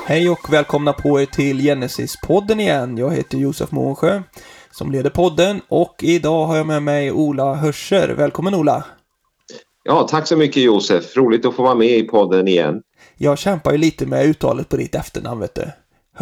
Hej och välkomna på er till Genesis-podden igen. Jag heter Josef Månsjö som leder podden och idag har jag med mig Ola Hörscher. Välkommen Ola! Ja, tack så mycket Josef. Roligt att få vara med i podden igen. Jag kämpar ju lite med uttalet på ditt efternamn, vet du.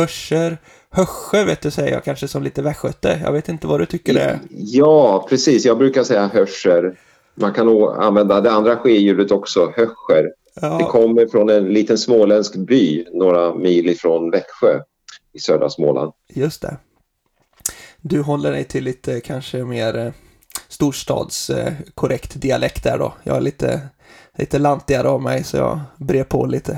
Hörscher, vet du, säger jag kanske som lite västgöte. Jag vet inte vad du tycker det är. Ja, precis. Jag brukar säga Hörscher. Man kan nog använda det andra ske-ljudet också, Hörscher. Ja. Det kommer från en liten småländsk by några mil ifrån Växjö i södra Småland. Just det. Du håller dig till lite kanske mer storstadskorrekt dialekt där då. Jag är lite lantigare av mig så jag brer på lite.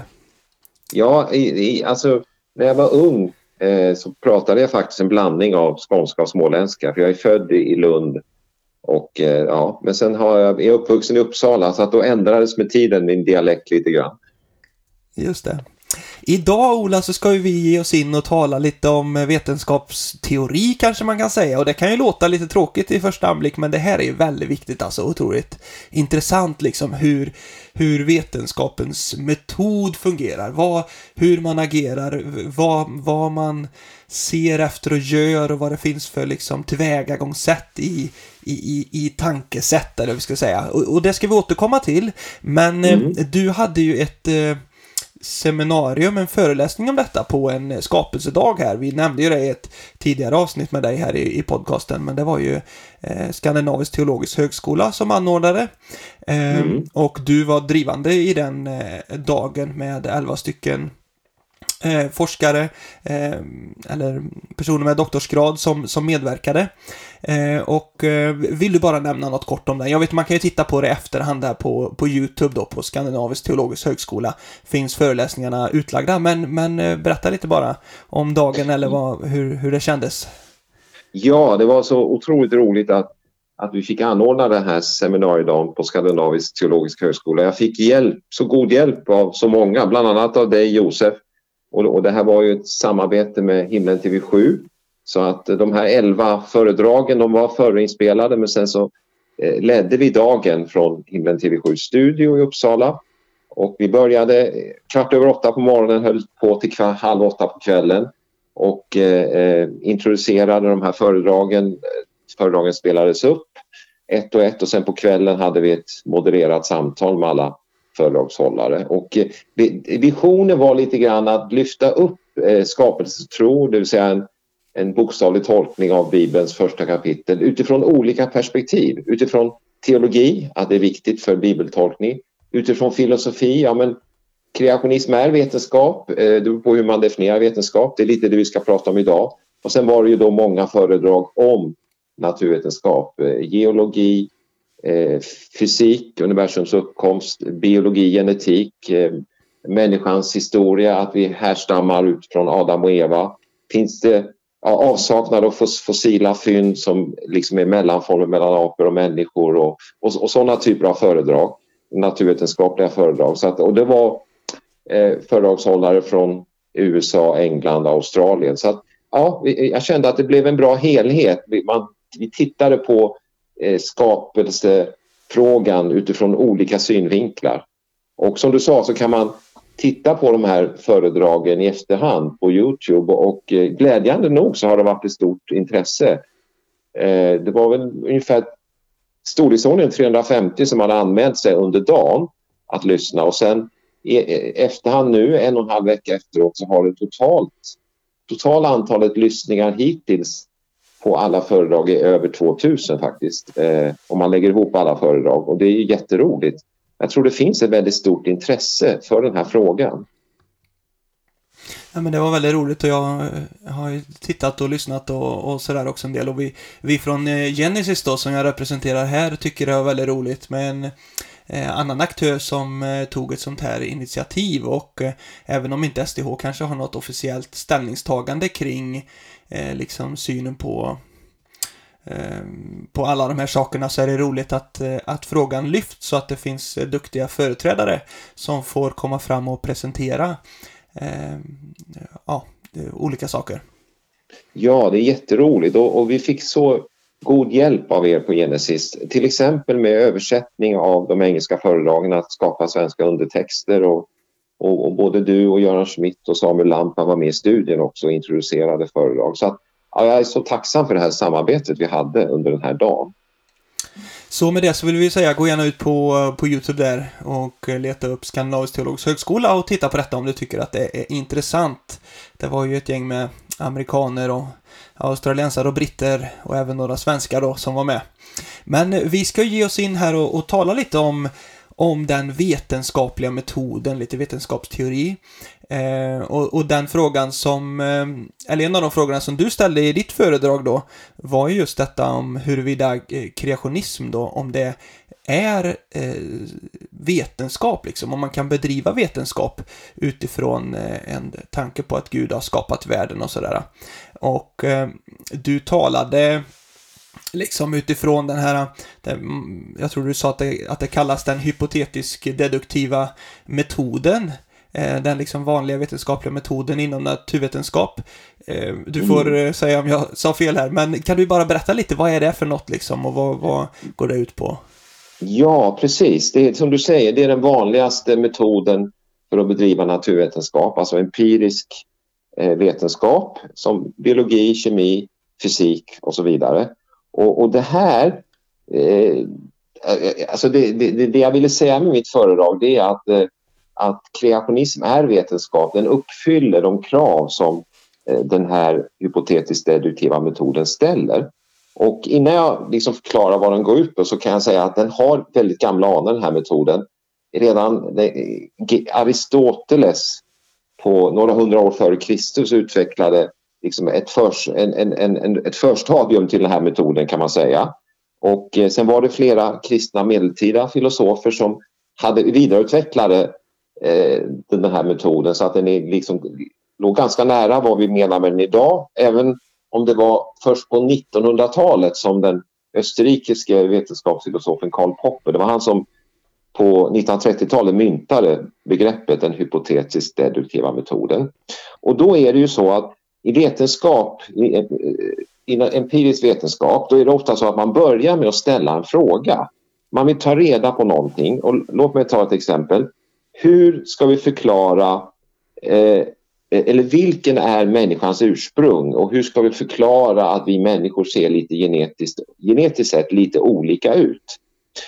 Ja, alltså när jag var ung så pratade jag faktiskt en blandning av skånska och småländska. För jag är född i Lund. Och ja, men sen är jag uppvuxen i Uppsala så att då ändrades med tiden min dialekt lite grann. Just det. Idag Ola så ska vi ge oss in och tala lite om vetenskapsteori kanske man kan säga. Och det kan ju låta lite tråkigt i första anblick men det här är ju väldigt viktigt alltså. Otroligt intressant liksom hur vetenskapens metod fungerar. Hur man agerar, vad man ser efter och gör och vad det finns för liksom tillvägagångssätt i tankesätt eller vad vi ska säga. Och det ska vi återkomma till. Men du hade ju ett seminarium, en föreläsning om detta på en skapelsedag här. Vi nämnde ju det i ett tidigare avsnitt med dig här i podcasten, men det var ju Skandinavisk teologisk högskola som anordnade. Och du var drivande i den dagen med 11 stycken forskare eller personer med doktorsgrad som medverkade. Och vill du bara nämna något kort om det? Jag vet man kan ju titta på det efterhand där på YouTube då på Skandinavisk teologisk högskola. Finns föreläsningarna utlagda men berätta lite bara om dagen eller hur det kändes. Ja, det var så otroligt roligt att vi fick anordna den här seminariedagen på Skandinavisk teologisk högskola. Jag fick så god hjälp av så många, bland annat av dig Josef. Och det här var ju ett samarbete med Himlen TV7. Så att de här 11 föredragen, de var förinspelade men sen så ledde vi dagen från Himlen TV7 studio i Uppsala. Och vi började 7:15 på morgonen, höll på till 7:30 på kvällen. Och introducerade de här föredragen. Föredragen spelades upp ett och ett och sen på kvällen hade vi ett modererat samtal med alla föredragshållare. Och visionen var lite grann att lyfta upp skapelsetro, det vill säga en bokstavlig tolkning av Bibelns första kapitel utifrån olika perspektiv. Utifrån teologi, att det är viktigt för bibeltolkning. Utifrån filosofi, ja men kreationism är vetenskap, det beror på hur man definierar vetenskap. Det är lite det vi ska prata om idag. Och sen var det ju då många föredrag om naturvetenskap, geologi, fysik, universums uppkomst, biologi, genetik, människans historia, att vi härstammar ut från Adam och Eva. Finns det avsaknad av fossila fynd som liksom är mellanformer mellan apor och människor och sådana typer av föredrag, naturvetenskapliga föredrag. Så att, och det var föredragshållare från USA, England och Australien. Så att, ja, jag kände att det blev en bra helhet. Vi tittade på skapelsefrågan utifrån olika synvinklar. Och som du sa så kan man titta på de här föredragen i efterhand på YouTube och glädjande nog så har det varit ett stort intresse. Det var väl ungefär storleksordningen 350 som hade anmält sig under dagen att lyssna och sen i efterhand nu 1,5 vecka efteråt så har det totala antalet lyssningar hittills på alla föredrag är över 2000 faktiskt. Om man lägger ihop alla föredrag. Och det är ju jätteroligt. Jag tror det finns ett väldigt stort intresse för den här frågan. Ja men det var väldigt roligt och jag har ju tittat och lyssnat och sådär också en del. Och vi från Genesis då som jag representerar här tycker det var väldigt roligt med en annan aktör som tog ett sånt här initiativ. Och även om inte STH kanske har något officiellt ställningstagande kring liksom synen på alla de här sakerna så är det roligt att frågan lyfts så att det finns duktiga företrädare som får komma fram och presentera olika saker. Ja, det är jätteroligt och vi fick så god hjälp av er på Genesis. Till exempel med översättning av de engelska föredragen att skapa svenska undertexter och Och både du och Göran Schmidt och Samuel Lampa var med i studien också och introducerade föredrag. Så att, ja, jag är så tacksam för det här samarbetet vi hade under den här dagen. Så med det så vill vi säga, gå gärna ut på YouTube där och leta upp Skandinavisk teologisk högskola och titta på detta om du tycker att det är intressant. Det var ju ett gäng med amerikaner och australiensare och britter och även några svenskar då som var med. Men vi ska ge oss in här och tala lite om den vetenskapliga metoden, lite vetenskapsteori. Och den frågan som, eller en av de frågorna som du ställde i ditt föredrag då, var just detta om huruvida kreationism då, om det är vetenskap liksom, om man kan bedriva vetenskap utifrån en tanke på att Gud har skapat världen och sådär. Och du talade liksom utifrån den här, jag tror du sa att det kallas den hypotetisk-deduktiva metoden, den liksom vanliga vetenskapliga metoden inom naturvetenskap. Du får säga om jag sa fel här, men kan du bara berätta lite, vad är det för något liksom och vad går det ut på? Ja, precis. Det är, som du säger, det är den vanligaste metoden för att bedriva naturvetenskap, alltså empirisk vetenskap som biologi, kemi, fysik och så vidare. Och det här, alltså det jag ville säga med mitt föredrag, det är att kreationism är vetenskap. Den uppfyller de krav som den här hypotetiskt deduktiva metoden ställer. Och innan jag liksom förklarar vad den går ut på så kan jag säga att den har väldigt gamla anor, den här metoden. Redan Aristoteles på några hundra år före Kristus utvecklade liksom ett förstadium till den här metoden, kan man säga. Och sen var det flera kristna medeltida filosofer som hade vidareutvecklade den här metoden, så att den är liksom, låg ganska nära vad vi menar med den idag, även om det var först på 1900-talet som den österrikiske vetenskapsfilosofen Karl Popper, det var han som på 1930-talet myntade begreppet den hypotetiskt deduktiva metoden. Och då är det ju så att i vetenskap, i empirisk vetenskap, då är det ofta så att man börjar med att ställa en fråga. Man vill ta reda på någonting, och låt mig ta ett exempel. Hur ska vi förklara, eller vilken är människans ursprung, och hur ska vi förklara att vi människor ser lite genetiskt sett lite olika ut?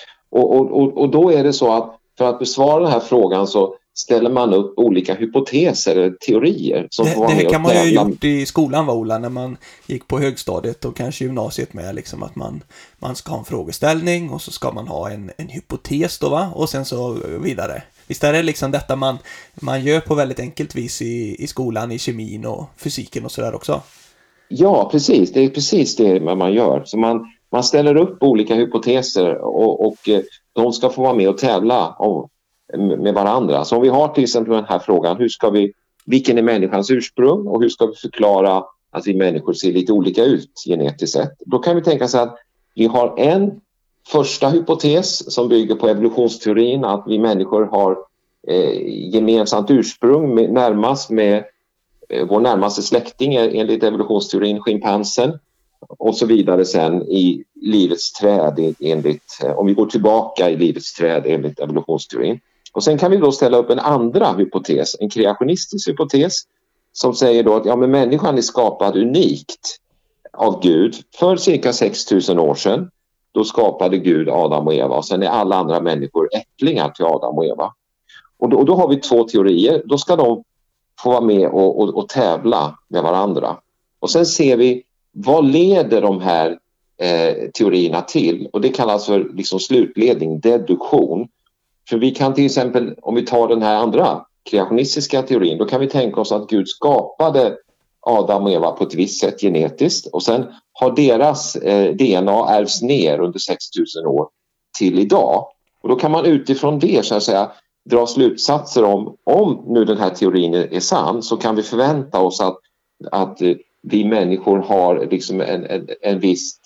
Och då är det så att för att besvara den här frågan så ställer man upp olika hypoteser eller teorier. Som det kan man ju gjort i skolan, va, Ola, när man gick på högstadiet och kanske gymnasiet med, liksom att man ska ha en frågeställning och så ska man ha en hypotes då, va? Och sen så vidare. Visst är det liksom detta man gör på väldigt enkelt vis i skolan, i kemin och fysiken och sådär också? Ja, precis. Det är precis det man gör. Så man ställer upp olika hypoteser och de ska få vara med och tävla med varandra. Så om vi har till exempel den här frågan, vilken är människans ursprung och hur ska vi förklara att vi människor ser lite olika ut genetiskt sett? Då kan vi tänka sig att vi har en första hypotes som bygger på evolutionsteorin, att vi människor har gemensamt ursprung närmast med vår närmaste släkting enligt evolutionsteorin, schimpansen, och så vidare sen i livets träd om vi går tillbaka i livets träd enligt evolutionsteorin. Och sen kan vi då ställa upp en andra hypotes, en kreationistisk hypotes, som säger då att men människan är skapad unikt av Gud för cirka 6000 år sedan. Då skapade Gud Adam och Eva, och sen är alla andra människor ättlingar till Adam och Eva. Och då har vi två teorier. Då ska de få vara med och tävla med varandra. Och sen ser vi, vad leder de här teorierna till? Och det kallas för liksom slutledning, deduktion. För vi kan till exempel, om vi tar den här andra kreationistiska teorin, då kan vi tänka oss att Gud skapade Adam och Eva på ett visst sätt genetiskt, och sen har deras DNA ärvs ner under 6000 år till idag. Och då kan man utifrån det, så att säga, dra slutsatser om nu den här teorin är sann, så kan vi förvänta oss att vi människor har liksom en viss,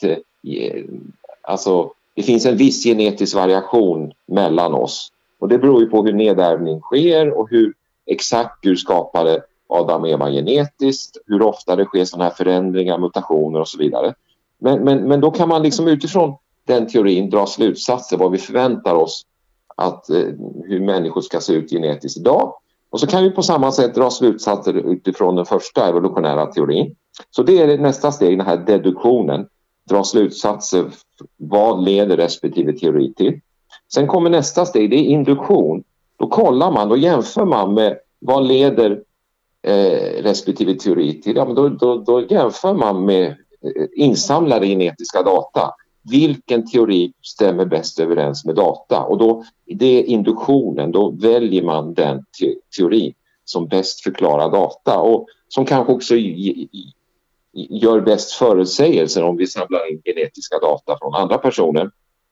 alltså det finns en viss genetisk variation mellan oss. Och det beror ju på hur nedärvning sker och hur exakt Gud skapade Adam och Eva genetiskt, hur ofta det sker sådana här förändringar, mutationer och så vidare. Men då kan man liksom utifrån den teorin dra slutsatser vad vi förväntar oss att hur människor ska se ut genetiskt idag. Och så kan vi på samma sätt dra slutsatser utifrån den första evolutionära teorin. Så det är nästa steg, den här deduktionen. Dra slutsatser, vad leder respektive teori till. Sen kommer nästa steg, det är induktion. Då kollar man, då jämför man med vad leder respektive teori till. Ja, men då jämför man med insamlade genetiska data. Vilken teori stämmer bäst överens med data? Och då, det är induktionen, då väljer man den teori som bäst förklarar data och som kanske också gör bäst förutsägelser om vi samlar in genetiska data från andra personer.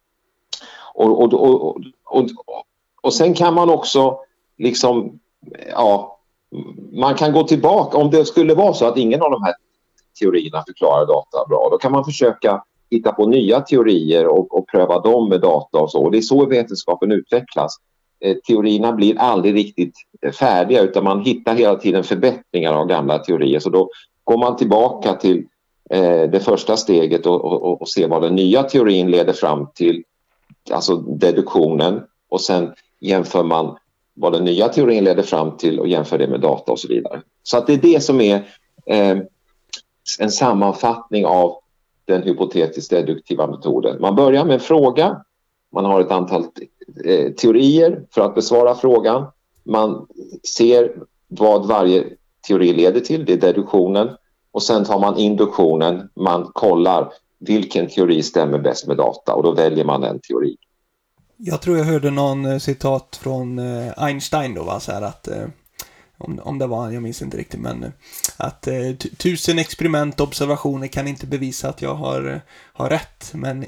Och sen kan man också liksom, ja, man kan gå tillbaka, om det skulle vara så att ingen av de här teorierna förklarar data bra, då kan man försöka hitta på nya teorier och pröva dem med data och så. Och det är så vetenskapen utvecklas. Teorierna blir aldrig riktigt färdiga, utan man hittar hela tiden förbättringar av gamla teorier. Så då går man tillbaka till det första steget och ser vad den nya teorin leder fram till, alltså deduktionen, och sen jämför man vad den nya teorin leder fram till och jämför det med data och så vidare. Så att det är det som är en sammanfattning av den hypotetiskt deduktiva metoden. Man börjar med en fråga, man har ett antal teorier för att besvara frågan, man ser vad varje teori leder till, det är deduktionen, och sen tar man induktionen, man kollar vilken teori stämmer bäst med data och då väljer man en teori. Jag tror jag hörde någon citat från Einstein då, va? Så här att om det var, jag minns inte riktigt, men att 1000 experiment och observationer kan inte bevisa att jag har rätt, men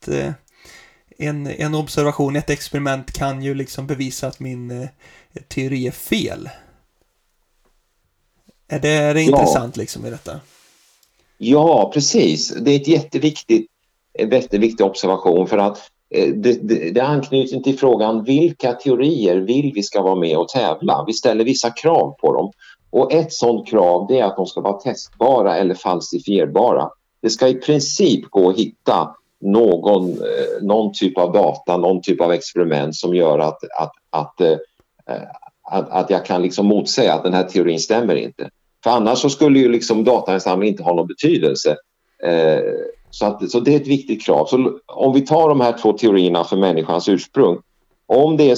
en observation, ett experiment kan ju liksom bevisa att min teori är fel. Är det intressant liksom i detta? Ja, precis. Det är en jätteviktig observation, för att det anknyter till frågan vilka teorier vill vi ska vara med och tävla. Vi ställer vissa krav på dem. Och ett sådant krav, det är att de ska vara testbara eller falsifierbara. Det ska i princip gå att hitta någon typ av data, någon typ av experiment som gör att jag kan liksom motsäga att den här teorin stämmer inte. För annars så skulle ju liksom datainsamling inte ha någon betydelse. Så det är ett viktigt krav. Så om vi tar de här två teorierna för människans ursprung. Om det är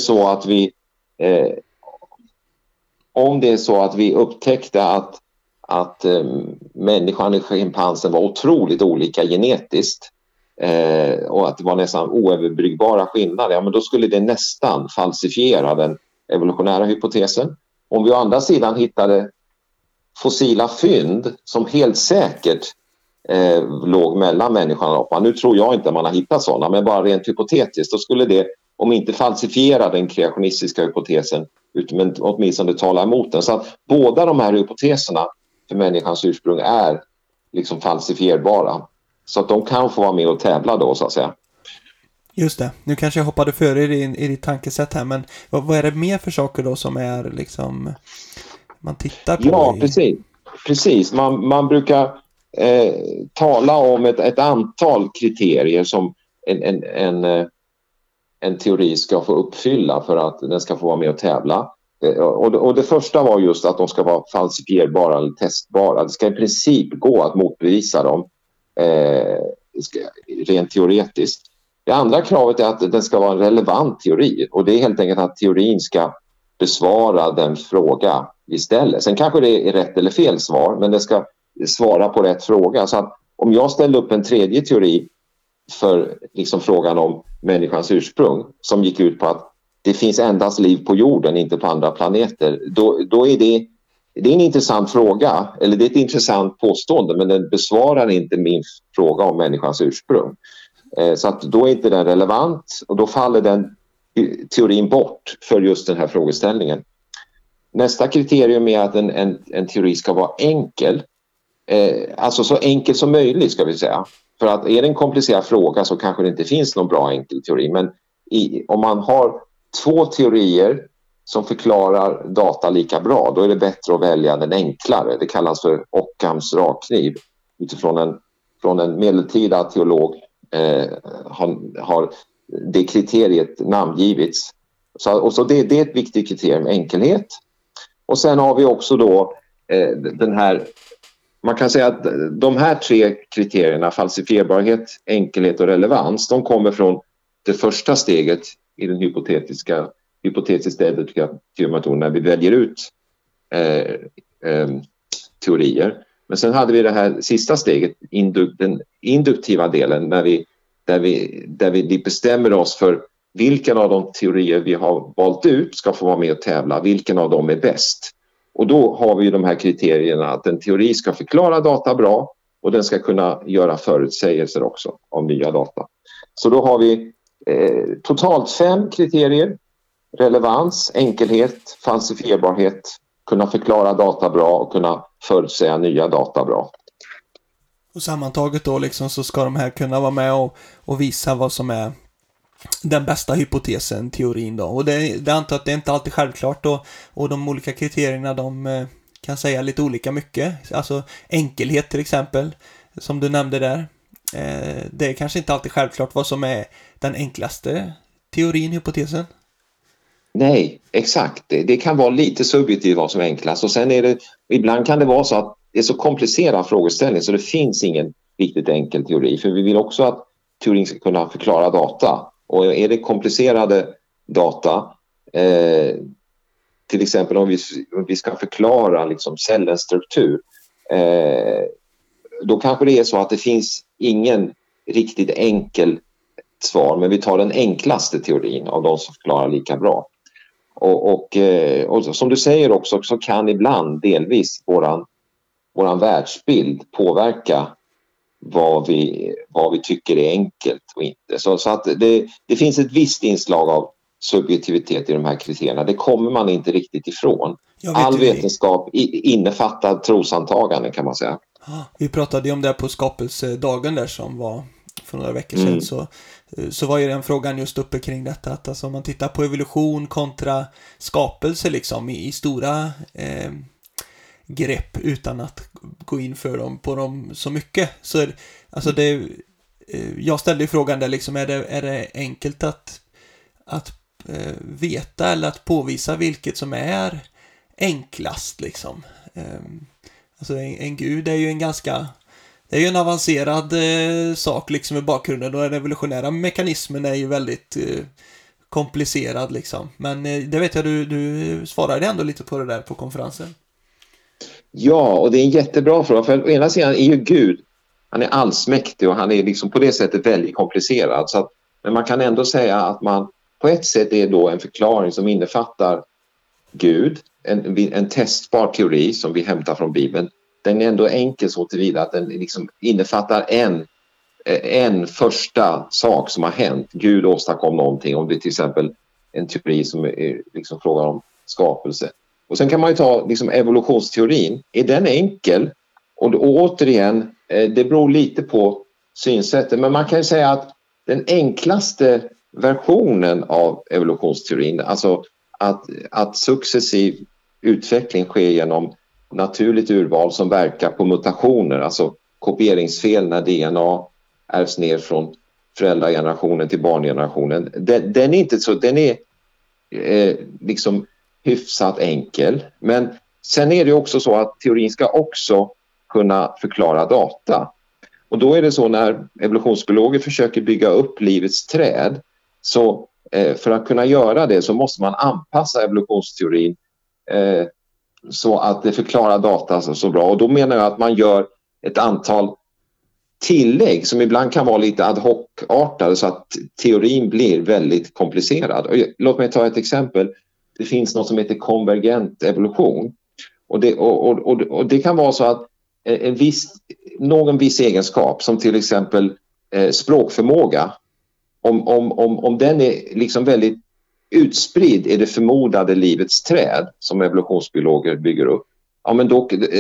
så att vi upptäckte att människan och schimpansen var otroligt olika genetiskt och att det var nästan oöverbryggbara skillnader, ja, men då skulle det nästan falsifiera den evolutionära hypotesen. Om vi å andra sidan hittade fossila fynd som helt säkert låg mellan människan och apan. Nu tror jag inte att man har hittat sådana, men bara rent hypotetiskt, då skulle det, om inte falsifiera den kreationistiska hypotesen, men åtminstone tala emot den. Så att båda de här hypoteserna för människans ursprung är liksom falsifierbara. Så att de kan få vara med och tävla då, så att säga. Just det. Nu kanske jag hoppade före i ditt tankesätt här, men vad är det mer för saker då som är liksom man tittar på? Ja, precis. Man brukar tala om ett antal kriterier som en teori ska få uppfylla för att den ska få vara med och tävla. Och det första var just att de ska vara falsifierbara eller testbara. Det ska i princip gå att motbevisa dem rent teoretiskt. Det andra kravet är att den ska vara en relevant teori, och det är helt enkelt att teorin ska besvara den fråga vi ställer. Sen kanske det är rätt eller fel svar, men det ska svara på rätt fråga. Så att om jag ställer upp en tredje teori för liksom frågan om människans ursprung som gick ut på att det finns endast liv på jorden, inte på andra planeter, då är det är en intressant fråga, eller det är ett intressant påstående, men den besvarar inte min fråga om människans ursprung. Så att då är inte den relevant, och då faller den teorin bort för just den här frågeställningen. Nästa kriterium är att en teori ska vara enkel. Alltså så enkel som möjligt, ska vi säga. För att är det en komplicerad fråga så kanske det inte finns någon bra enkel teori. Men om man har två teorier som förklarar data lika bra, då är det bättre att välja den enklare. Det kallas för Ockhams rakkniv. Utifrån en medeltida teolog har det kriteriet namngivits. Så det är ett viktigt kriterium, enkelhet. Och sen har vi också då den här, man kan säga att de här 3 kriterierna, falsifierbarhet, enkelhet och relevans, de kommer från det första steget i den hypotetiskt deduktiva metoden när vi väljer ut teorier. Men sen hade vi det här sista steget, den induktiva delen, där vi bestämmer oss för vilken av de teorier vi har valt ut ska få vara med och tävla, vilken av dem är bäst. Och då har vi de här kriterierna att en teori ska förklara data bra och den ska kunna göra förutsägelser också av nya data. Så då har vi totalt 5 kriterier: relevans, enkelhet, falsifierbarhet, kunna förklara data bra och kunna förutsäga nya data bra. Och sammantaget då liksom så ska de här kunna vara med och visa vad som är den bästa hypotesen, teorin då. Och det antar att det är inte alltid självklart och de olika kriterierna de kan säga lite olika mycket. Alltså enkelhet till exempel, som du nämnde där. Det är kanske inte alltid självklart vad som är den enklaste teorin, hypotesen. Nej, exakt. Det kan vara lite subjektivt vad som är enklast. Och sen är det, ibland kan det vara så att det är så komplicerad frågeställning så det finns ingen riktigt enkel teori. För vi vill också att teorin ska kunna förklara data. Och är det komplicerade data, till exempel om vi ska förklara liksom cellens struktur, då kanske det är så att det finns ingen riktigt enkel svar, men vi tar den enklaste teorin av de som förklarar lika bra. Och som du säger också, så kan ibland delvis våran världsbild påverka vad vi tycker är enkelt och inte. Så att det finns ett visst inslag av subjektivitet i de här kriterierna. Det kommer man inte riktigt ifrån. All vetenskap innefattar trosantaganden, kan man säga. Vi pratade ju om det på skapelsedagen där som var för några veckor sedan. Så var ju den frågan just uppe kring detta. Att alltså, om man tittar på evolution kontra skapelse liksom, i stora grepp utan att gå in på dem så mycket. Så alltså jag ställde ju frågan där liksom, är det enkelt att veta eller att påvisa vilket som är enklast liksom. Alltså en gud är ju det är ju en avancerad sak liksom i bakgrunden, och den evolutionära mekanismen är ju väldigt komplicerad liksom. Men det vet jag du svarade ändå lite på det där på konferensen. Ja, och det är en jättebra fråga, för å ena sidan är ju Gud, han är allsmäktig och han är liksom på det sättet väldigt komplicerad. Men man kan ändå säga att man på ett sätt är då en förklaring som innefattar Gud, en testbar teori som vi hämtar från Bibeln. Den är ändå enkel så tillvida att den liksom innefattar en första sak som har hänt. Gud åstadkom någonting, om det är till exempel en teori som är liksom frågan om skapelse. Och sen kan man ju ta liksom evolutionsteorin. Är den enkel? Och återigen, det beror lite på synsättet. Men man kan ju säga att den enklaste versionen av evolutionsteorin, alltså att successiv utveckling sker genom naturligt urval som verkar på mutationer, alltså kopieringsfel när DNA ärvs ner från föräldragenerationen till barngenerationen. Den är inte så, den är liksom hyfsat enkel. Men sen är det också så att teorin ska också kunna förklara data. Och då är det så, när evolutionsbiologer försöker bygga upp livets träd, så för att kunna göra det så måste man anpassa evolutionsteorin så att det förklarar data så bra. Och då menar jag att man gör ett antal tillägg som ibland kan vara lite ad hoc-artade så att teorin blir väldigt komplicerad. Och låt mig ta ett exempel. Det finns något som heter konvergent evolution. Och det kan vara så att någon viss egenskap, som till exempel språkförmåga, om den är liksom väldigt utspridd i det förmodade livets träd som evolutionsbiologer bygger upp, ja, men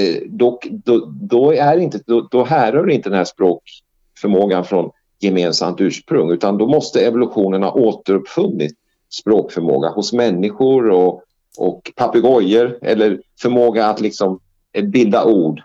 då härrör inte den här språkförmågan från gemensamt ursprung, utan då måste evolutionen ha återuppfunnit språkförmåga hos människor och papegojor, eller förmåga att liksom bilda ord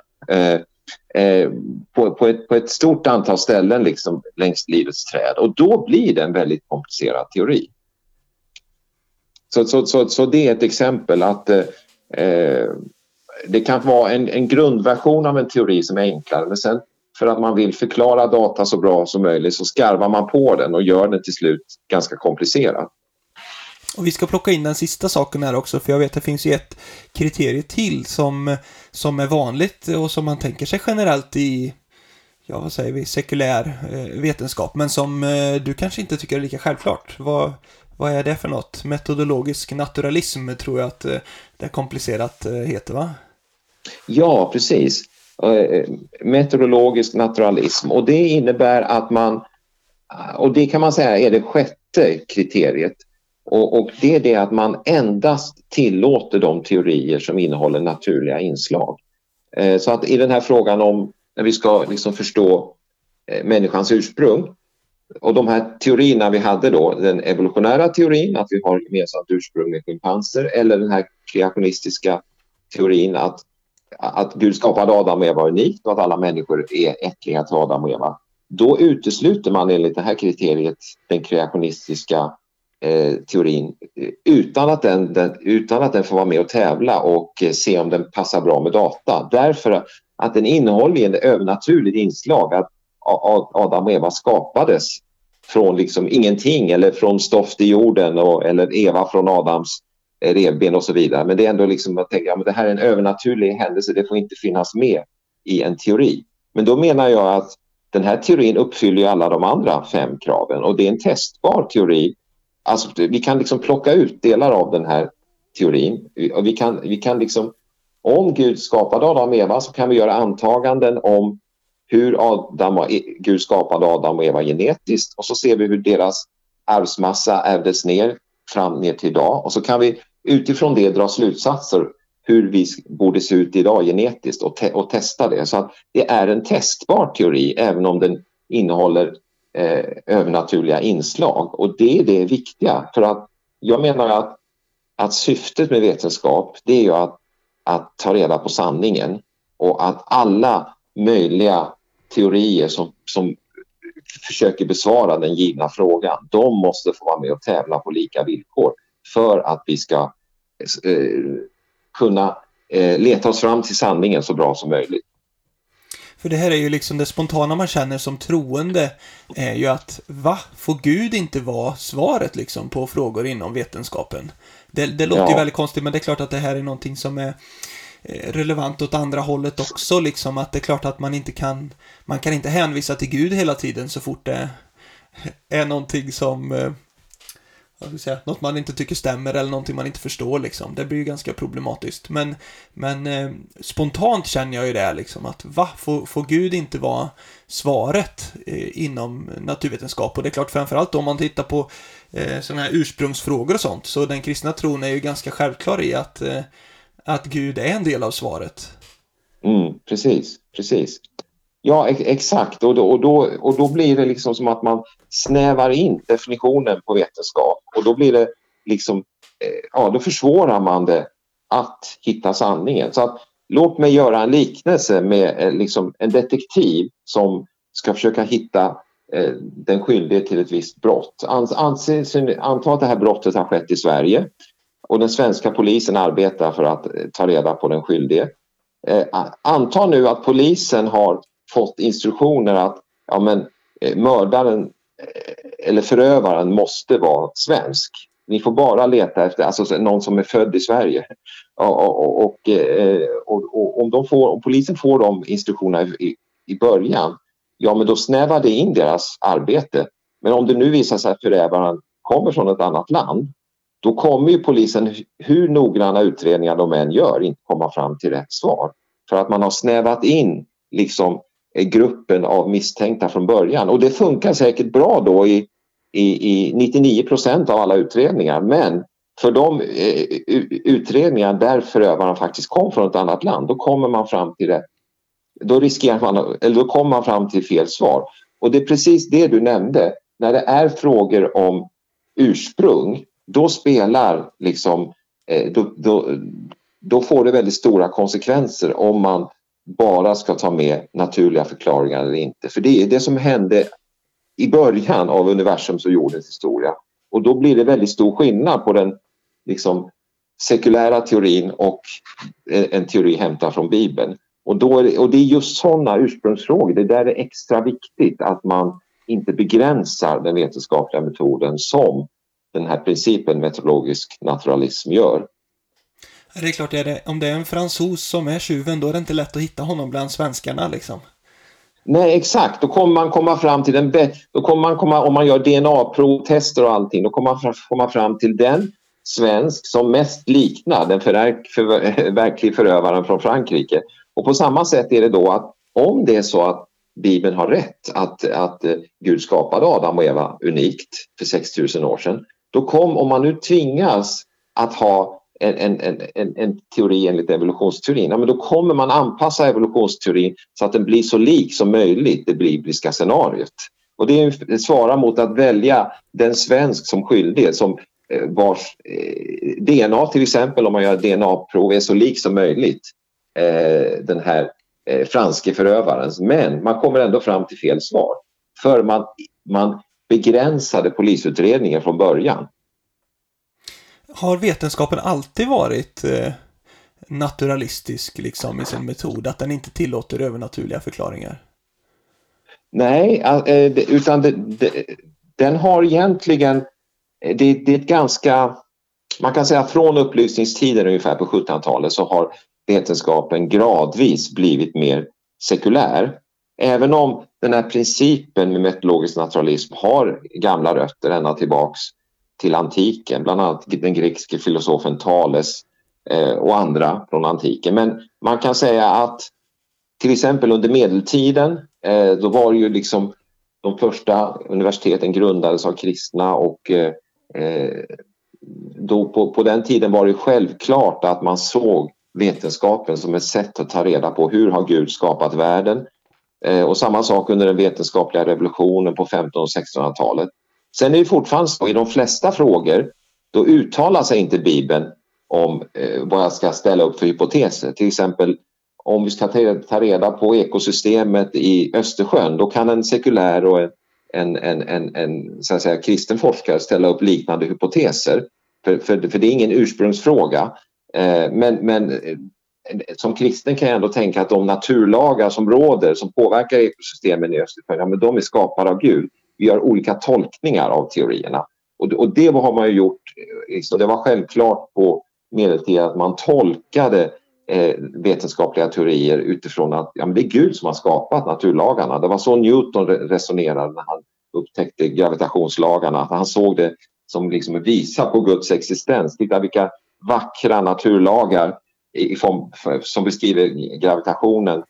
på ett stort antal ställen liksom längs livets träd, och då blir det en väldigt komplicerad teori. Så det är ett exempel att Det kan vara en grundversion av en teori som är enklare, men sen för att man vill förklara data så bra som möjligt så skarvar man på den och gör den till slut ganska komplicerad. Och vi ska plocka in den sista saken här också, för jag vet att det finns ju ett kriterie till som är vanligt och som man tänker sig generellt i, ja vad säger vi, sekulär vetenskap, men som du kanske inte tycker är lika självklart. Vad är det för något? Metodologisk naturalism tror jag att det är komplicerat heter, va? Ja, precis. Metodologisk naturalism. Och det innebär att man, och det kan man säga är det sjätte kriteriet. Och det är det att man endast tillåter de teorier som innehåller naturliga inslag. Så att i den här frågan om när vi ska liksom förstå människans ursprung, och de här teorierna vi hade då, den evolutionära teorin att vi har gemensamt ursprung med schimpanser, eller den här kreationistiska teorin att Gud skapade Adam och Eva unikt och att alla människor är ättlingar till Adam och Eva. Då utesluter man enligt det här kriteriet den kreationistiska teorin utan att den får vara med och tävla och se om den passar bra med data. Därför att den innehåller en övernaturligt inslag att Adam och Eva skapades från liksom ingenting eller från stoft i jorden eller Eva från Adams revben och så vidare. Men det är ändå liksom att tänka, ja, men det här är en övernaturlig händelse, det får inte finnas med i en teori. Men då menar jag att den här teorin uppfyller ju alla de andra 5 kraven och det är en testbar teori. Alltså vi kan liksom plocka ut delar av den här teorin och vi kan liksom, om Gud skapade Adam och Eva så kan vi göra antaganden om hur Gud skapade Adam och Eva genetiskt och så ser vi hur deras arvsmassa ärvdes ner till idag och så kan vi utifrån det dra slutsatser hur vi borde se ut idag genetiskt och testa det. Så att det är en testbar teori även om den innehåller övernaturliga inslag. Och det är det viktiga, för att jag menar att syftet med vetenskap det är ju att ta reda på sanningen och att alla möjliga teorier som försöker besvara den givna frågan, de måste få vara med och tävla på lika villkor för att vi ska kunna leta oss fram till sanningen så bra som möjligt. För det här är ju liksom det spontana man känner som troende är ju att får Gud inte vara svaret liksom på frågor inom vetenskapen? Det låter ju väldigt konstigt, men det är klart att det här är någonting som är relevant åt andra hållet också liksom, att det är klart att man kan inte hänvisa till Gud hela tiden så fort det är någonting som något man inte tycker stämmer eller någonting man inte förstår liksom. Det blir ju ganska problematiskt. Men spontant känner jag ju det liksom att får Gud inte vara svaret inom naturvetenskap? Och det är klart framförallt om man tittar på sådana här ursprungsfrågor och sånt, så den kristna tron är ju ganska självklar i att Gud är en del av svaret. Precis. Ja, exakt. Och då blir det liksom som att man snävar in definitionen på vetenskap. Och då blir det liksom, då försvårar man det att hitta sanningen. Så att, låt mig göra en liknelse med liksom en detektiv som ska försöka hitta den skyldige till ett visst brott. Anta att det här brottet har skett i Sverige och den svenska polisen arbetar för att ta reda på den skyldige. Anta nu att polisen har fått instruktioner att mördaren eller förövaren måste vara svensk. Ni får bara leta efter någon som är född i Sverige. Om polisen får de instruktionerna i början, men då snävar det in deras arbete. Men om det nu visar sig att förövaren kommer från ett annat land, då kommer ju polisen, hur noggranna utredningar de än gör, inte komma fram till rätt svar. För att man har snävat in liksom gruppen av misstänkta från början. Och det funkar säkert bra då i 99% av alla utredningar. Men för de utredningar där förövaren faktiskt kom från ett annat land, då kommer man fram till det. Då kommer man fram till fel svar. Och det är precis det du nämnde. När det är frågor om ursprung, då spelar liksom då får det väldigt stora konsekvenser om man bara ska ta med naturliga förklaringar eller inte. För det är det som hände i början av universums och jordens historia. Och då blir det väldigt stor skillnad på den liksom sekulära teorin och en teori hämtad från Bibeln. Och det är just sådana ursprungsfrågor, det där är extra viktigt att man inte begränsar den vetenskapliga metoden som den här principen metodologisk naturalism gör. Det är klart, om det är en fransos som är tjuven, då är det inte lätt att hitta honom bland svenskarna liksom. Nej, exakt. Då kommer man komma fram till om man gör DNA-provtester och allting, då kommer man komma fram till den svensk som mest liknar den verkliga förövaren från Frankrike. Och på samma sätt är det då att om det är så att Bibeln har rätt att Gud skapade Adam och Eva unikt för 6000 år sedan, om man nu tvingas att ha en teori enligt evolutionsteorin, men då kommer man anpassa evolutionsteorin så att den blir så lik som möjligt det bibliska scenariot. Och det svarar mot att välja den svensk som skyldig, som vars DNA till exempel, om man gör DNA-prov, är så lik som möjligt den här franske förövarens. Men man kommer ändå fram till fel svar. För man begränsade polisutredningen från början. Har vetenskapen alltid varit naturalistisk liksom i sin metod? Att den inte tillåter övernaturliga förklaringar? Nej, utan den har egentligen... Det är ett ganska... Man kan säga att från upplysningstiden ungefär på 1700-talet så har vetenskapen gradvis blivit mer sekulär. Även om den här principen med metodologisk naturalism har gamla rötter ända tillbaks till antiken, bland annat den grekiske filosofen Thales och andra från antiken. Men man kan säga att till exempel under medeltiden då var ju liksom de första universiteten grundades av kristna och då på den tiden var det självklart att man såg vetenskapen som ett sätt att ta reda på hur har Gud skapat världen. Och samma sak under den vetenskapliga revolutionen på 1500- och 1600-talet. Sen är det fortfarande så, i de flesta frågor då uttalar sig inte Bibeln om vad jag ska ställa upp för hypoteser. Till exempel om vi ska ta reda på ekosystemet i Östersjön, då kan en sekulär och en så att säga, kristen forskare ställa upp liknande hypoteser. För det är ingen ursprungsfråga. Men som kristen kan jag ändå tänka att de naturlagar som råder, som påverkar ekosystemen i Östersjön, ja, men de är skapade av Gud. Vi gör olika tolkningar av teorierna. Och det har man ju gjort. Så det var självklart på medeltiden att man tolkade vetenskapliga teorier utifrån att ja, men det är Gud som har skapat naturlagarna. Det var så Newton resonerade när han upptäckte gravitationslagarna. Att han såg det som liksom visa på Guds existens. Titta vilka vackra naturlagar som beskriver gravitationen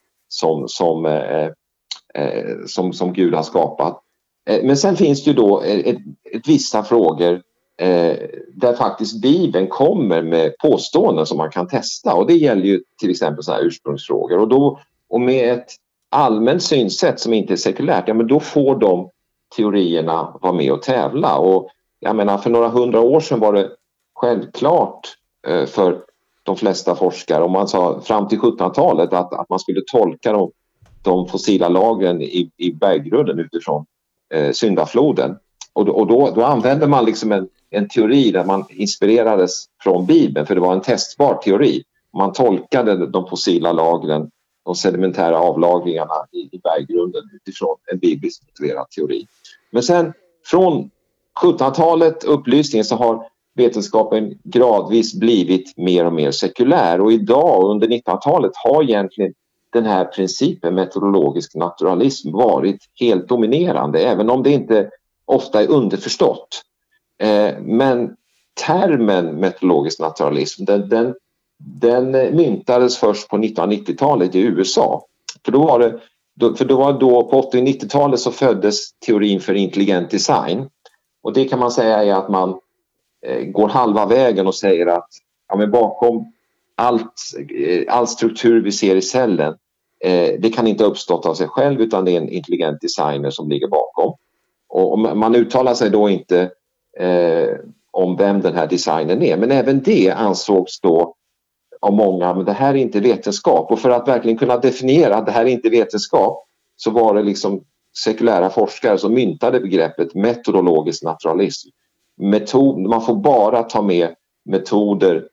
som Gud har skapat. Men sen finns det ju då vissa frågor där faktiskt Bibeln kommer med påståenden som man kan testa. Och det gäller ju till exempel sådana här ursprungsfrågor. Och med ett allmänt synsätt som inte är sekulärt, ja men då får de teorierna vara med och tävla. Och jag menar, för några 100 år sedan var det självklart för de flesta forskare, om man sa fram till 1700-talet, att man skulle tolka de fossila lagren i berggrunden utifrån syndafloden. Och då använde man liksom en teori där man inspirerades från Bibeln, för det var en testbar teori. Man tolkade de fossila lagren, de sedimentära avlagringarna i berggrunden utifrån en bibliskt motiverad teori. Men sen från 1700-talet, upplysningen, så har vetenskapen gradvis blivit mer och mer sekulär. Och idag under 1900-talet har egentligen den här principen metodologisk naturalism varit helt dominerande, även om det inte ofta är underförstått. Men termen metodologisk naturalism, den myntades först på 1990-talet i USA. För då var på 80- och 90-talet så föddes teorin för intelligent design. Och det kan man säga är att man går halva vägen och säger att ja, men bakom all struktur vi ser i cellen, det kan inte ha uppstått av sig själv, utan det är en intelligent designer som ligger bakom. Och man uttalar sig då inte om vem den här designern är, men även det ansågs då av många, men det här är inte vetenskap. Och för att verkligen kunna definiera att det här är inte vetenskap, så var det liksom sekulära forskare som myntade begreppet metodologisk naturalism. Man får bara ta med metoder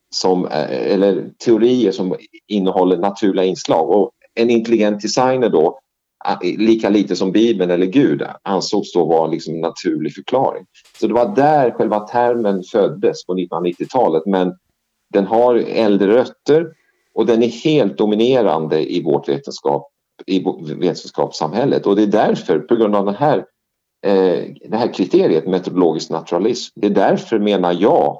eller teorier som innehåller naturliga inslag. Och en intelligent designer då, lika lite som Bibeln eller Gud, ansågs då vara liksom en naturlig förklaring. Så det var där själva termen föddes på 1990-talet, men den har äldre rötter och den är helt dominerande i vårt vetenskapssamhället. Och det är därför, på grund av det här kriteriet metodologisk naturalism, det är därför menar jag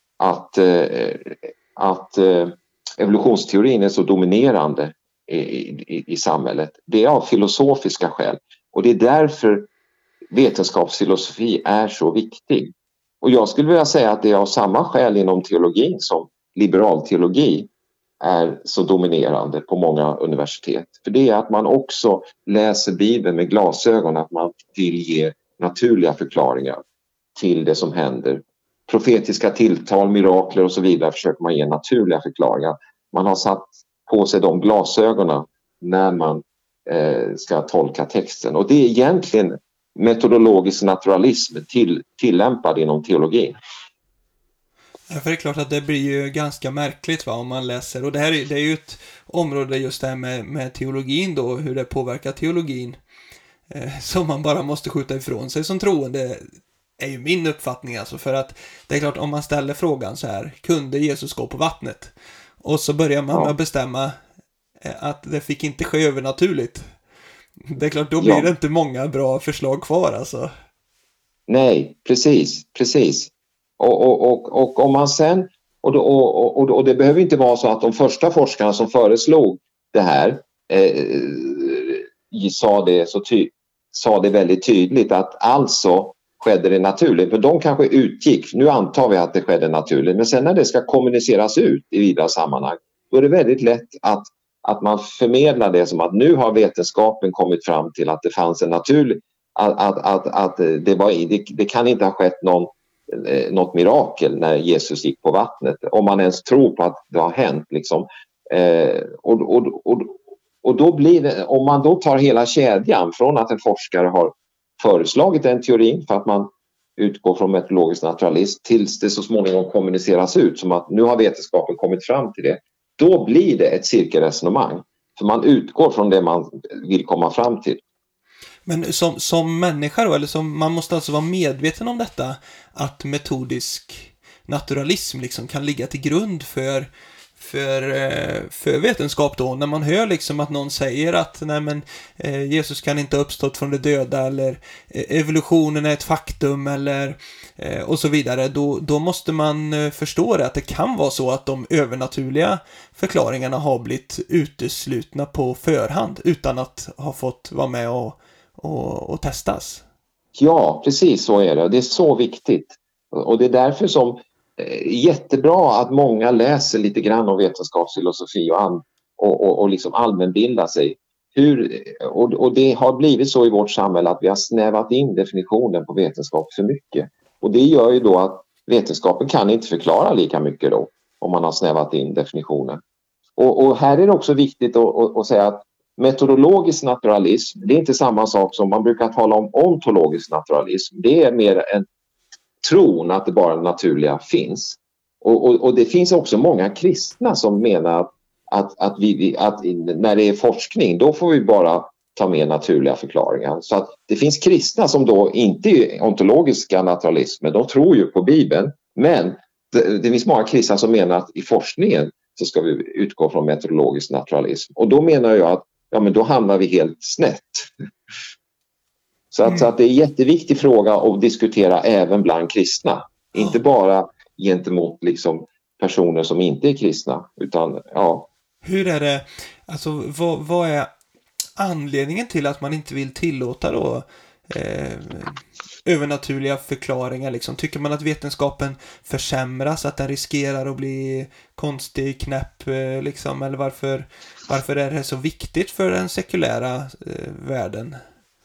att evolutionsteorin är så dominerande i samhället. Det är av filosofiska skäl. Och det är därför vetenskapsfilosofi är så viktig. Och jag skulle vilja säga att det är av samma skäl inom teologin som liberalteologi är så dominerande på många universitet. För det är att man också läser Bibeln med glasögon, att man vill ge naturliga förklaringar till det som händer. Profetiska tilltal, mirakler och så vidare försöker man ge naturliga förklaringar. Man har satt på sig de glasögonen när man ska tolka texten. Och det är egentligen metodologisk naturalism tillämpad inom teologin. Ja, för det är klart att det blir ju ganska märkligt om man läser. Och det är ju ett område just det här med teologin då, hur det påverkar teologin. Som man bara måste skjuta ifrån sig som troende, är ju min uppfattning alltså. För att det är klart, om man ställer frågan så här: kunde Jesus gå på vattnet? Och så börjar man med att bestämma att det fick inte ske övernaturligt. Det är klart, då blir det inte många bra förslag kvar alltså. Nej, precis. Och om man sen, och det behöver inte vara så att de första forskarna som föreslog det här sa det väldigt tydligt att alltså skedde det naturligt. Men de kanske utgick, nu antar vi att det skedde naturligt, men sen när det ska kommuniceras ut i vidare sammanhang, då är det väldigt lätt att man förmedlar det som att nu har vetenskapen kommit fram till att det fanns en naturlig, att det kan inte ha skett något mirakel när Jesus gick på vattnet, om man ens tror på att det har hänt liksom. Och då blir det, om man då tar hela kedjan från att en forskare har föreslagit en teorin för att man utgår från metodologisk naturalism tills det så småningom kommuniceras ut som att nu har vetenskapen kommit fram till det, då blir det ett cirkelresonemang. För man utgår från det man vill komma fram till. Men som människa då, eller man måste alltså vara medveten om detta, att metodisk naturalism liksom kan ligga till grund för vetenskap då, när man hör liksom att någon säger att nej men Jesus kan inte ha uppstått från de döda, eller evolutionen är ett faktum, eller och så vidare, då måste man förstå det, att det kan vara så att de övernaturliga förklaringarna har blivit uteslutna på förhand utan att ha fått vara med och testas. Ja, precis så är det. Det är så viktigt. Och det är därför som jättebra att många läser lite grann om vetenskapsfilosofi och liksom allmänbildar sig. Och det har blivit så i vårt samhälle att vi har snävat in definitionen på vetenskap för mycket. Och det gör ju då att vetenskapen kan inte förklara lika mycket då, om man har snävat in definitionen. Och här är det också viktigt att säga att metodologisk naturalism, det är inte samma sak som man brukar tala om ontologisk naturalism. Det är mer en tron att det bara naturliga finns. Och det finns också många kristna som menar att när det är forskning, då får vi bara ta med naturliga förklaringar. Så att det finns kristna som då inte är ontologiska naturalister, de tror ju på Bibeln, men det finns många kristna som menar att i forskningen så ska vi utgå från metodologisk naturalism. Och då menar jag att men då hamnar vi helt snett. Så att det är en jätteviktig fråga att diskutera även bland kristna. Inte bara gentemot liksom personer som inte är kristna, utan ja. Hur är det, alltså vad är anledningen till att man inte vill tillåta då övernaturliga förklaringar liksom? Tycker man att vetenskapen försämras, att den riskerar att bli konstig, knäpp liksom, eller varför är det så viktigt för den sekulära världen?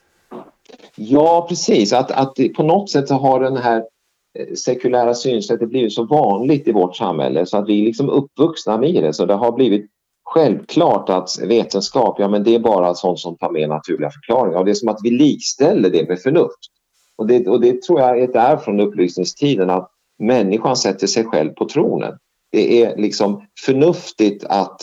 Ja, precis. Att på något sätt så har den här sekulära synsättet blivit så vanligt i vårt samhälle så att vi är liksom uppvuxna med det. Så det har blivit självklart att vetenskap, men det är bara sånt som tar med naturliga förklaringar. Och det är som att vi likställer det med förnuft. Och det tror jag är från upplysningstiden, att människan sätter sig själv på tronen. det är liksom förnuftigt att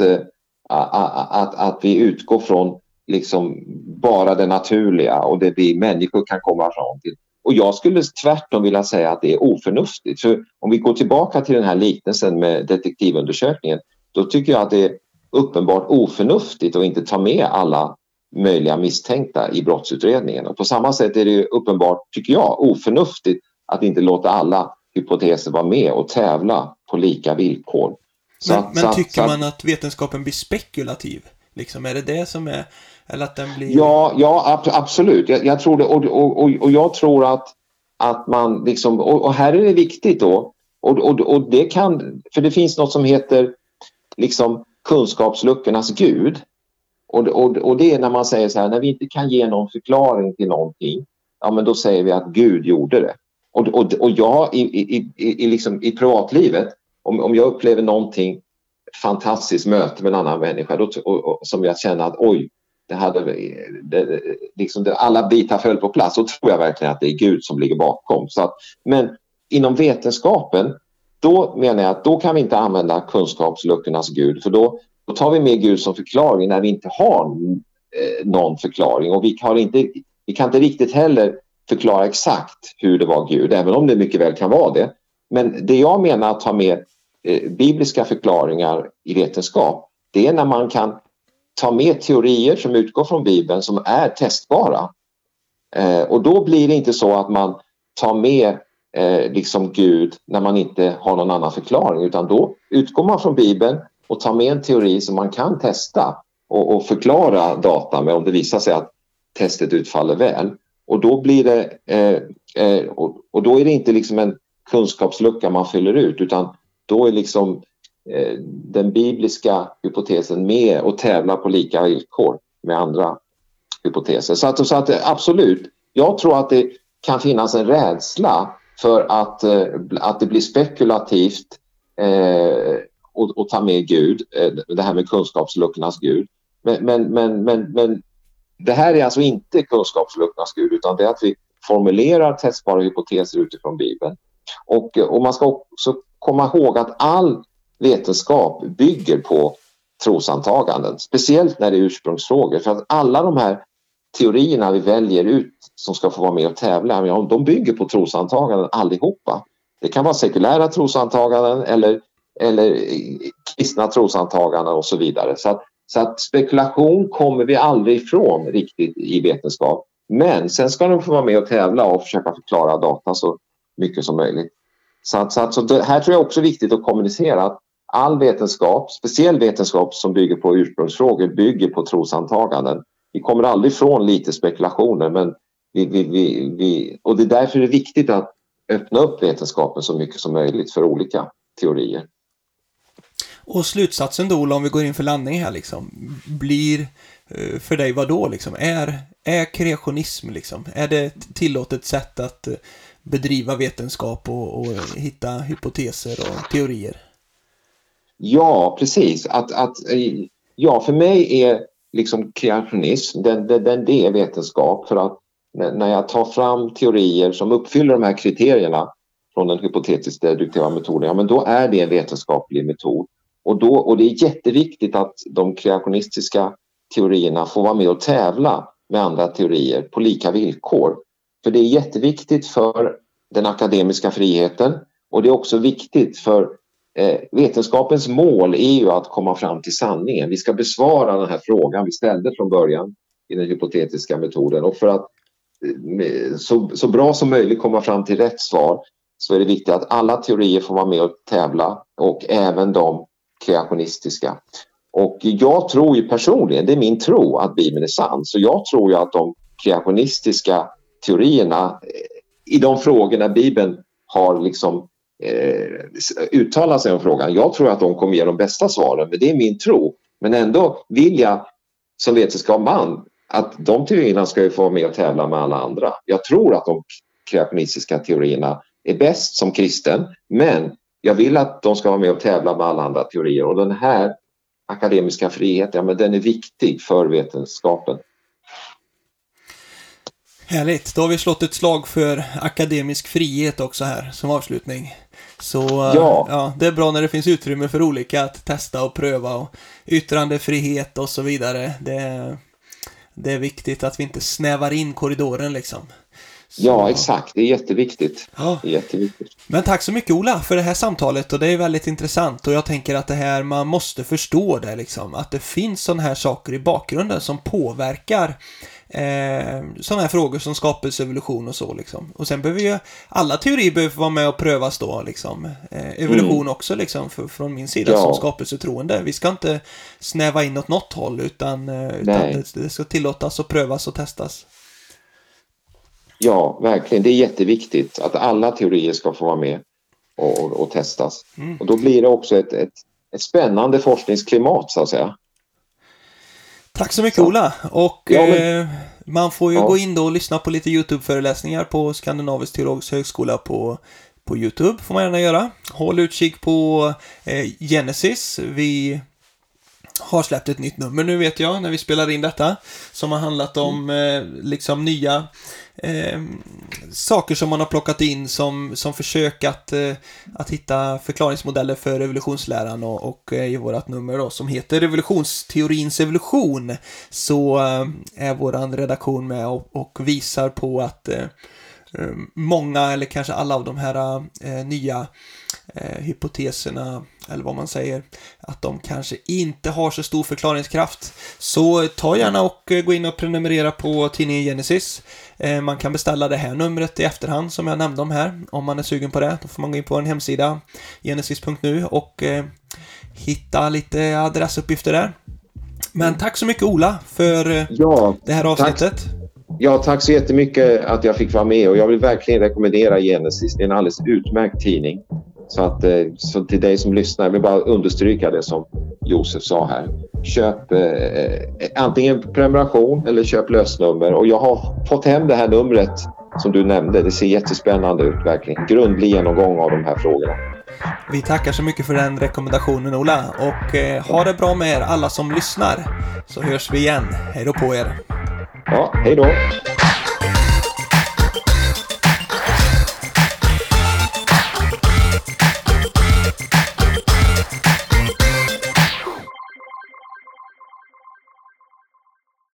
vi utgår från liksom bara det naturliga och det vi människor kan komma fram till. Och jag skulle tvärtom vilja säga att det är oförnuftigt. För om vi går tillbaka till den här liknelsen med detektivundersökningen, då tycker jag att det är uppenbart oförnuftigt att inte ta med alla möjliga misstänkta i brottsutredningen. Och på samma sätt är det uppenbart, tycker jag, oförnuftigt att inte låta alla hypoteser vara med och tävla på lika villkor. Men tycker man att vetenskapen blir spekulativ? Liksom, är det som är... Eller att den blir... Ja, absolut. Jag tror det, och jag tror att man liksom... Och här är det viktigt då, och det kan... För det finns något som heter liksom kunskapsluckornas gud. Och det är när man säger så här, när vi inte kan ge någon förklaring till någonting, ja men då säger vi att Gud gjorde det. Och jag liksom i privatlivet, om jag upplever någonting fantastiskt möte med en annan människa då, och som jag känner att oj, alla bitar föll på plats, så tror jag verkligen att det är Gud som ligger bakom. Men inom vetenskapen, då menar jag att då kan vi inte använda kunskapsluckornas Gud, för då tar vi med Gud som förklaring när vi inte har någon förklaring, och vi kan inte riktigt heller förklara exakt hur det var Gud, även om det mycket väl kan vara det. Men det jag menar att ta med bibliska förklaringar i vetenskap, det är när man kan ta med teorier som utgår från Bibeln som är testbara. Och då blir det inte så att man tar med liksom Gud när man inte har någon annan förklaring, utan då utgår man från Bibeln och tar med en teori som man kan testa och förklara data med om det visar sig att testet utfaller väl. Och då blir det och då är det inte liksom en kunskapslucka man fyller ut, utan då är liksom den bibliska hypotesen med och tävlar på lika villkor med andra hypoteser. Så att absolut, jag tror att det kan finnas en rädsla för att det blir spekulativt och ta med Gud, det här med kunskapsluckornas Gud. Men det här är alltså inte kunskapsluckornas Gud, utan det är att vi formulerar testbara hypoteser utifrån Bibeln. Och man ska också komma ihåg att all vetenskap bygger på trosantaganden, speciellt när det är ursprungsfrågor, för att alla de här teorierna vi väljer ut som ska få vara med och tävla, de bygger på trosantaganden allihopa. Det kan vara sekulära trosantaganden eller kristna trosantaganden och så vidare. Så att spekulation kommer vi aldrig ifrån riktigt i vetenskap. Men sen ska de få vara med och tävla och försöka förklara data så mycket som möjligt. Så det här tror jag också är viktigt att kommunicera, att all vetenskap, speciell vetenskap som bygger på ursprungsfrågor, bygger på trosantaganden. Vi kommer aldrig ifrån lite spekulationer, men och det är därför det är viktigt att öppna upp vetenskapen så mycket som möjligt för olika teorier. Och slutsatsen då, om vi går in för landning här liksom, blir för dig vad då liksom? Är kreationism liksom? Är det ett tillåtet sätt att bedriva vetenskap och hitta hypoteser och teorier? Ja, precis. Ja, för mig är liksom kreationism, det är vetenskap, för att när jag tar fram teorier som uppfyller de här kriterierna från den hypotetiskt deduktiva metoden, ja men då är det en vetenskaplig metod. Och det är jätteviktigt att de kreationistiska teorierna får vara med och tävla med andra teorier på lika villkor. För det är jätteviktigt för den akademiska friheten, och det är också viktigt för vetenskapens mål är ju att komma fram till sanningen. Vi ska besvara den här frågan vi ställde från början i den hypotetiska metoden, och för att så bra som möjligt komma fram till rätt svar så är det viktigt att alla teorier får vara med och tävla, och även de kreationistiska. Och jag tror ju personligen, det är min tro, att Bibeln är sann. Så jag tror ju att de kreationistiska teorierna i de frågorna Bibeln har liksom uttalat sig om frågan, jag tror att de kommer ge de bästa svaren, men det är min tro. Men ändå vill jag som vetenskapsman att de teorierna ska ju få med och tävla med alla andra. Jag tror att de kreationistiska teorierna är bäst som kristen, men jag vill att de ska vara med och tävla med alla andra teorier. Och den här akademiska friheten, ja, men den är viktig för vetenskapen. Härligt, då har vi slått ett slag för akademisk frihet också här som avslutning. Så ja, det är bra när det finns utrymme för olika att testa och pröva och yttrandefrihet och så vidare. Det är viktigt att vi inte snävar in korridoren liksom. Så. Ja, exakt. Det är jätteviktigt. Ja. Det är jätteviktigt. Men tack så mycket Ola för det här samtalet, och det är väldigt intressant, och jag tänker att det här, man måste förstå det liksom, att det finns sådana här saker i bakgrunden som påverkar sådana här frågor som skapelseevolution och så liksom. Och sen behöver ju alla teorier behöver vara med och prövas då liksom. Evolution också liksom från min sida som skapelsetroende. Vi ska inte snäva in åt något håll utan det ska tillåtas och prövas och testas. Ja, verkligen. Det är jätteviktigt att alla teorier ska få vara med och testas. Och då blir det också ett spännande forskningsklimat så att säga. Tack så mycket Ola. Och man får ju gå in då och lyssna på lite YouTube-föreläsningar på Skandinavisk teologisk högskola på YouTube. Får man gärna göra. Håll utkik på Genesis. Vi har släppt ett nytt nummer nu vet jag när vi spelar in detta. Som har handlat om liksom nya saker som man har plockat in som försök att hitta förklaringsmodeller för evolutionsläran och i vårat nummer då, som heter Revolutionsteorins evolution, så är våran redaktion med och visar på att många eller kanske alla av de här nya hypoteserna, eller vad man säger, att de kanske inte har så stor förklaringskraft. Så ta gärna och gå in och prenumerera på tidningen Genesis. Man kan beställa det här numret i efterhand som jag nämnde om här. Om man är sugen på det, då får man gå in på en hemsida genesis.nu och hitta lite adressuppgifter där. Men tack så mycket Ola för det här avsnittet. Tack så jättemycket att jag fick vara med, och jag vill verkligen rekommendera Genesis. Det är en alldeles utmärkt tidning. Så till dig som lyssnar, jag vill bara understryka det som Josef sa här. Köp antingen prenumeration eller köp lösnummer. Och jag har fått hem det här numret som du nämnde. Det ser jättespännande ut verkligen. Grundlig genomgång av de här frågorna. Vi tackar så mycket för den rekommendationen Ola. Och ha det bra med er alla som lyssnar. Så hörs vi igen. Hej då på er. Ja, hej då.